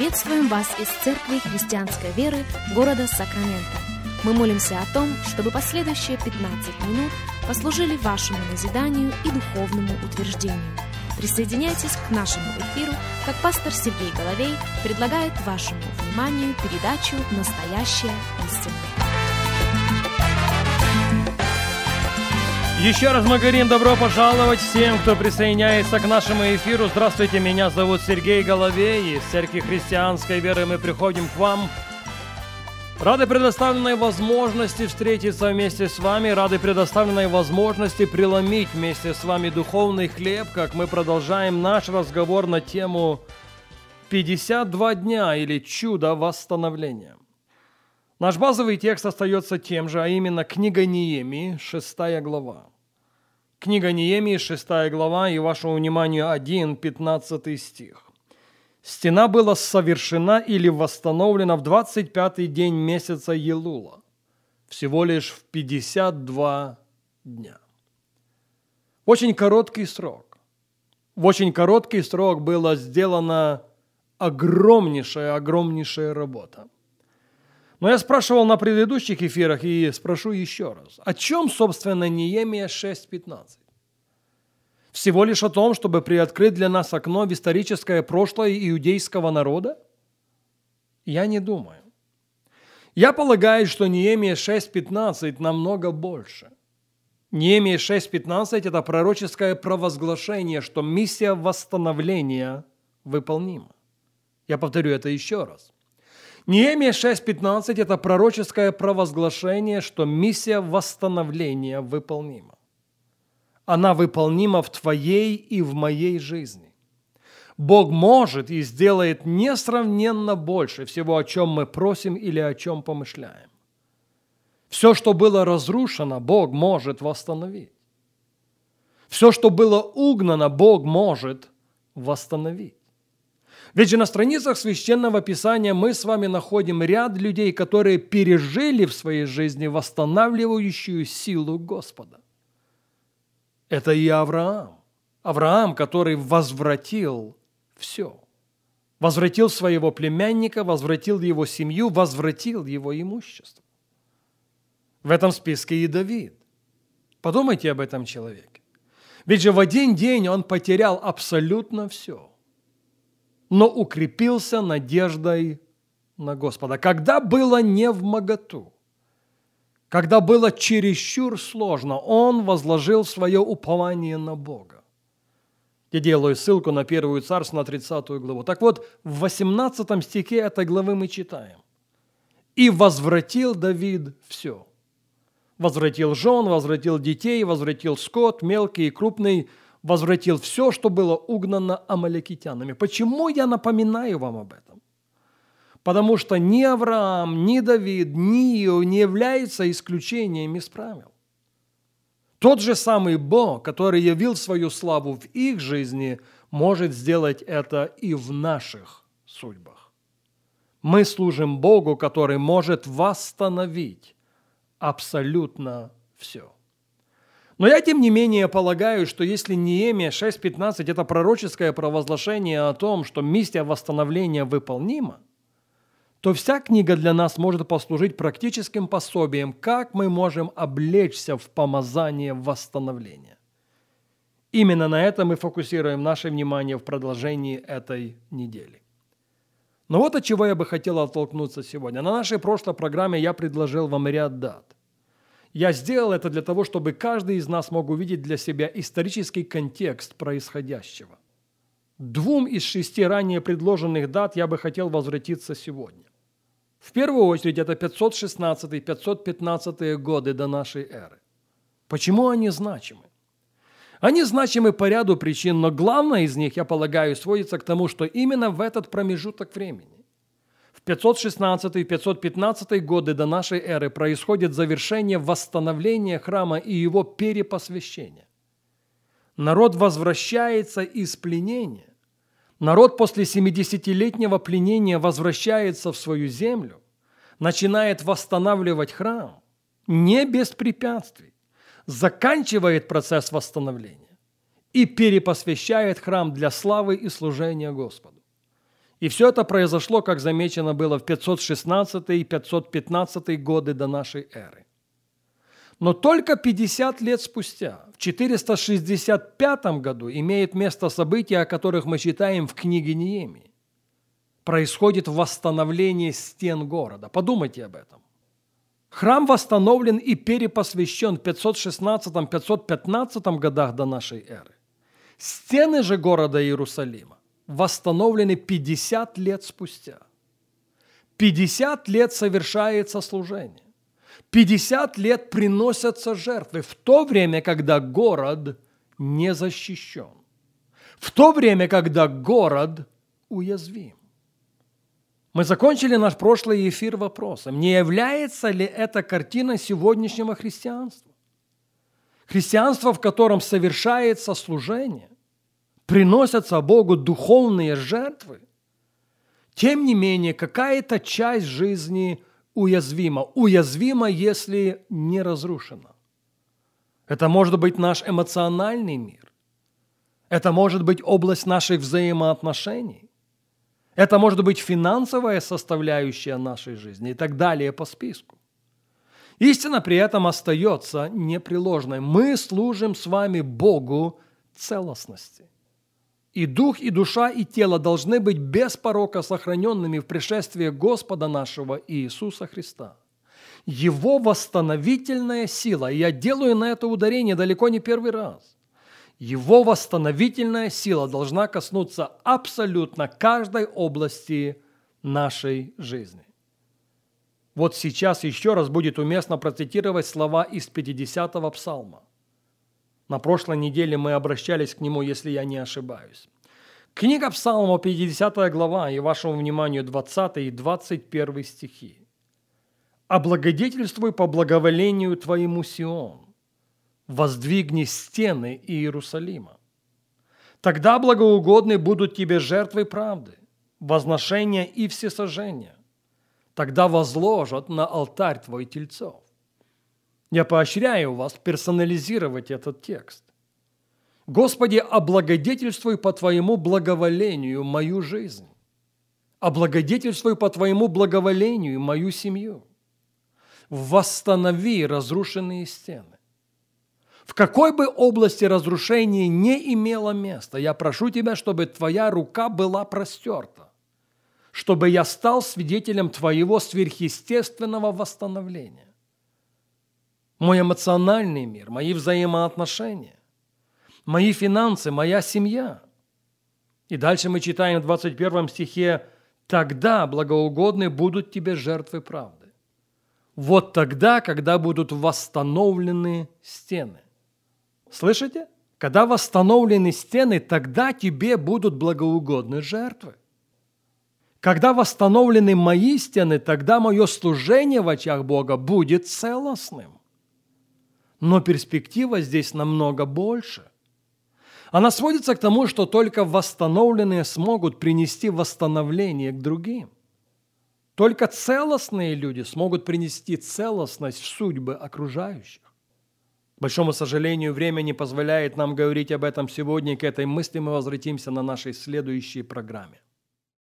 Приветствуем вас из Церкви Христианской Веры города Сакраменто. Мы молимся о том, чтобы последующие 15 минут послужили вашему назиданию и духовному утверждению. Присоединяйтесь к нашему эфиру, как пастор Сергей Головей предлагает вашему вниманию передачу «Настоящая истина». Еще раз мы говорим добро пожаловать всем, кто присоединяется к нашему эфиру. Здравствуйте, меня зовут Сергей Головей. Из Церкви Христианской Веры мы приходим к вам. Рады предоставленной возможности встретиться вместе с вами, рады предоставленной возможности преломить вместе с вами духовный хлеб, как мы продолжаем наш разговор на тему 52 дня или чудо восстановления. Наш базовый текст остается тем же, а именно книга Неемии, 6 глава. Книга Неемии, 6 глава, и вашему вниманию 1-15 стих. «Стена была совершена или восстановлена в 25-й день месяца Елула, всего лишь в 52 дня». В очень короткий срок была сделана огромнейшая работа. Но я спрашивал на предыдущих эфирах и спрошу еще раз. О чем, собственно, Неемия 6.15? Всего лишь о том, чтобы приоткрыть для нас окно в историческое прошлое иудейского народа? Я не думаю. Я полагаю, что Неемия 6.15 намного больше. Неемия 6.15 – это пророческое провозглашение, что миссия восстановления выполнима. Я повторю это еще раз. Неемия 6.15 – это пророческое провозглашение, что миссия восстановления выполнима. Она выполнима в твоей и в моей жизни. Бог может и сделает несравненно больше всего, о чем мы просим или о чем помышляем. Все, что было разрушено, Бог может восстановить. Все, что было угнано, Бог может восстановить. Ведь же на страницах Священного Писания мы с вами находим ряд людей, которые пережили в своей жизни восстанавливающую силу Господа. Это и Авраам. Авраам, который возвратил все. Возвратил своего племянника, возвратил его семью, возвратил его имущество. В этом списке и Давид. Подумайте об этом человеке. Ведь же в один день он потерял абсолютно все, но укрепился надеждой на Господа. Когда было невмоготу, когда было чересчур сложно, он возложил свое упование на Бога. Я делаю ссылку на 1 Царств, на 30 главу. Так вот, в 18 стихе этой главы мы читаем. «И возвратил Давид все». Возвратил жен, возвратил детей, возвратил скот, мелкий и крупный, возвратил все, что было угнано амалекитянами. Почему я напоминаю вам об этом? Потому что ни Авраам, ни Давид, ни Иов не являются исключением из правил. Тот же самый Бог, который явил свою славу в их жизни, может сделать это и в наших судьбах. Мы служим Богу, который может восстановить абсолютно все. Но я, тем не менее, полагаю, что если Неемия 6.15 – это пророческое провозглашение о том, что миссия восстановления выполнима, то вся книга для нас может послужить практическим пособием, как мы можем облечься в помазание восстановления. Именно на это мы фокусируем наше внимание в продолжении этой недели. Но вот от чего я бы хотел оттолкнуться сегодня. На нашей прошлой программе я предложил вам ряд дат. Я сделал это для того, чтобы каждый из нас мог увидеть для себя исторический контекст происходящего. 2 из 6 ранее предложенных дат я бы хотел возвратиться сегодня. В первую очередь это 516-515 годы до нашей эры. Почему они значимы? Они значимы по ряду причин, но главное из них, я полагаю, сводится к тому, что именно в этот промежуток времени, в 516-515 годы до нашей эры, происходит завершение восстановления храма и его перепосвящения. Народ возвращается из пленения. Народ после 70-летнего пленения возвращается в свою землю, начинает восстанавливать храм, не без препятствий, заканчивает процесс восстановления и перепосвящает храм для славы и служения Господу. И все это произошло, как замечено было, в 516 и 515 годы до нашей эры. Но только 50 лет спустя, в 465 году, имеет место события, о которых мы читаем в книге Неемии. Происходит восстановление стен города. Подумайте об этом. Храм восстановлен и перепосвящен в 516-515 годах до нашей эры. Стены же города Иерусалима восстановлены 50 лет спустя. 50 лет совершается служение. 50 лет приносятся жертвы в то время, когда город не защищен. В то время, когда город уязвим. Мы закончили наш прошлый эфир вопросом, не является ли эта картина сегодняшнего христианства? Христианство, в котором совершается служение, приносятся Богу духовные жертвы, тем не менее какая-то часть жизни уязвима. Уязвима, если не разрушена. Это может быть наш эмоциональный мир. Это может быть область наших взаимоотношений. Это может быть финансовая составляющая нашей жизни и так далее по списку. Истина при этом остается непреложной. Мы служим с вами Богу целостности. И дух, и душа, и тело должны быть без порока сохраненными в пришествии Господа нашего Иисуса Христа. Его восстановительная сила, и я делаю на это ударение далеко не первый раз, Его восстановительная сила должна коснуться абсолютно каждой области нашей жизни. Вот сейчас еще раз будет уместно процитировать слова из 50-го псалма. На прошлой неделе мы обращались к нему, если я не ошибаюсь. Книга Псалма, 50 глава, и вашему вниманию 20 и 21 стихи. «Облагодетельствуй по благоволению Твоему Сион, воздвигни стены Иерусалима. Тогда благоугодны будут тебе жертвы правды, возношения и всесожжения. Тогда возложат на алтарь твой тельцов». Я поощряю вас персонализировать этот текст. «Господи, облагодетельствуй по Твоему благоволению мою жизнь. Облагодетельствуй по Твоему благоволению мою семью. Восстанови разрушенные стены». В какой бы области разрушения не имело места, я прошу Тебя, чтобы Твоя рука была простерта, чтобы я стал свидетелем Твоего сверхъестественного восстановления. Мой эмоциональный мир, мои взаимоотношения, мои финансы, моя семья. И дальше мы читаем в 21 стихе: «Тогда благоугодны будут тебе жертвы правды». Вот тогда, когда будут восстановлены стены. Слышите? Когда восстановлены стены, тогда тебе будут благоугодны жертвы. Когда восстановлены мои стены, тогда мое служение в очах Бога будет целостным. Но перспектива здесь намного больше. Она сводится к тому, что только восстановленные смогут принести восстановление к другим. Только целостные люди смогут принести целостность в судьбы окружающих. К большому сожалению, время не позволяет нам говорить об этом сегодня, и к этой мысли мы возвратимся на нашей следующей программе.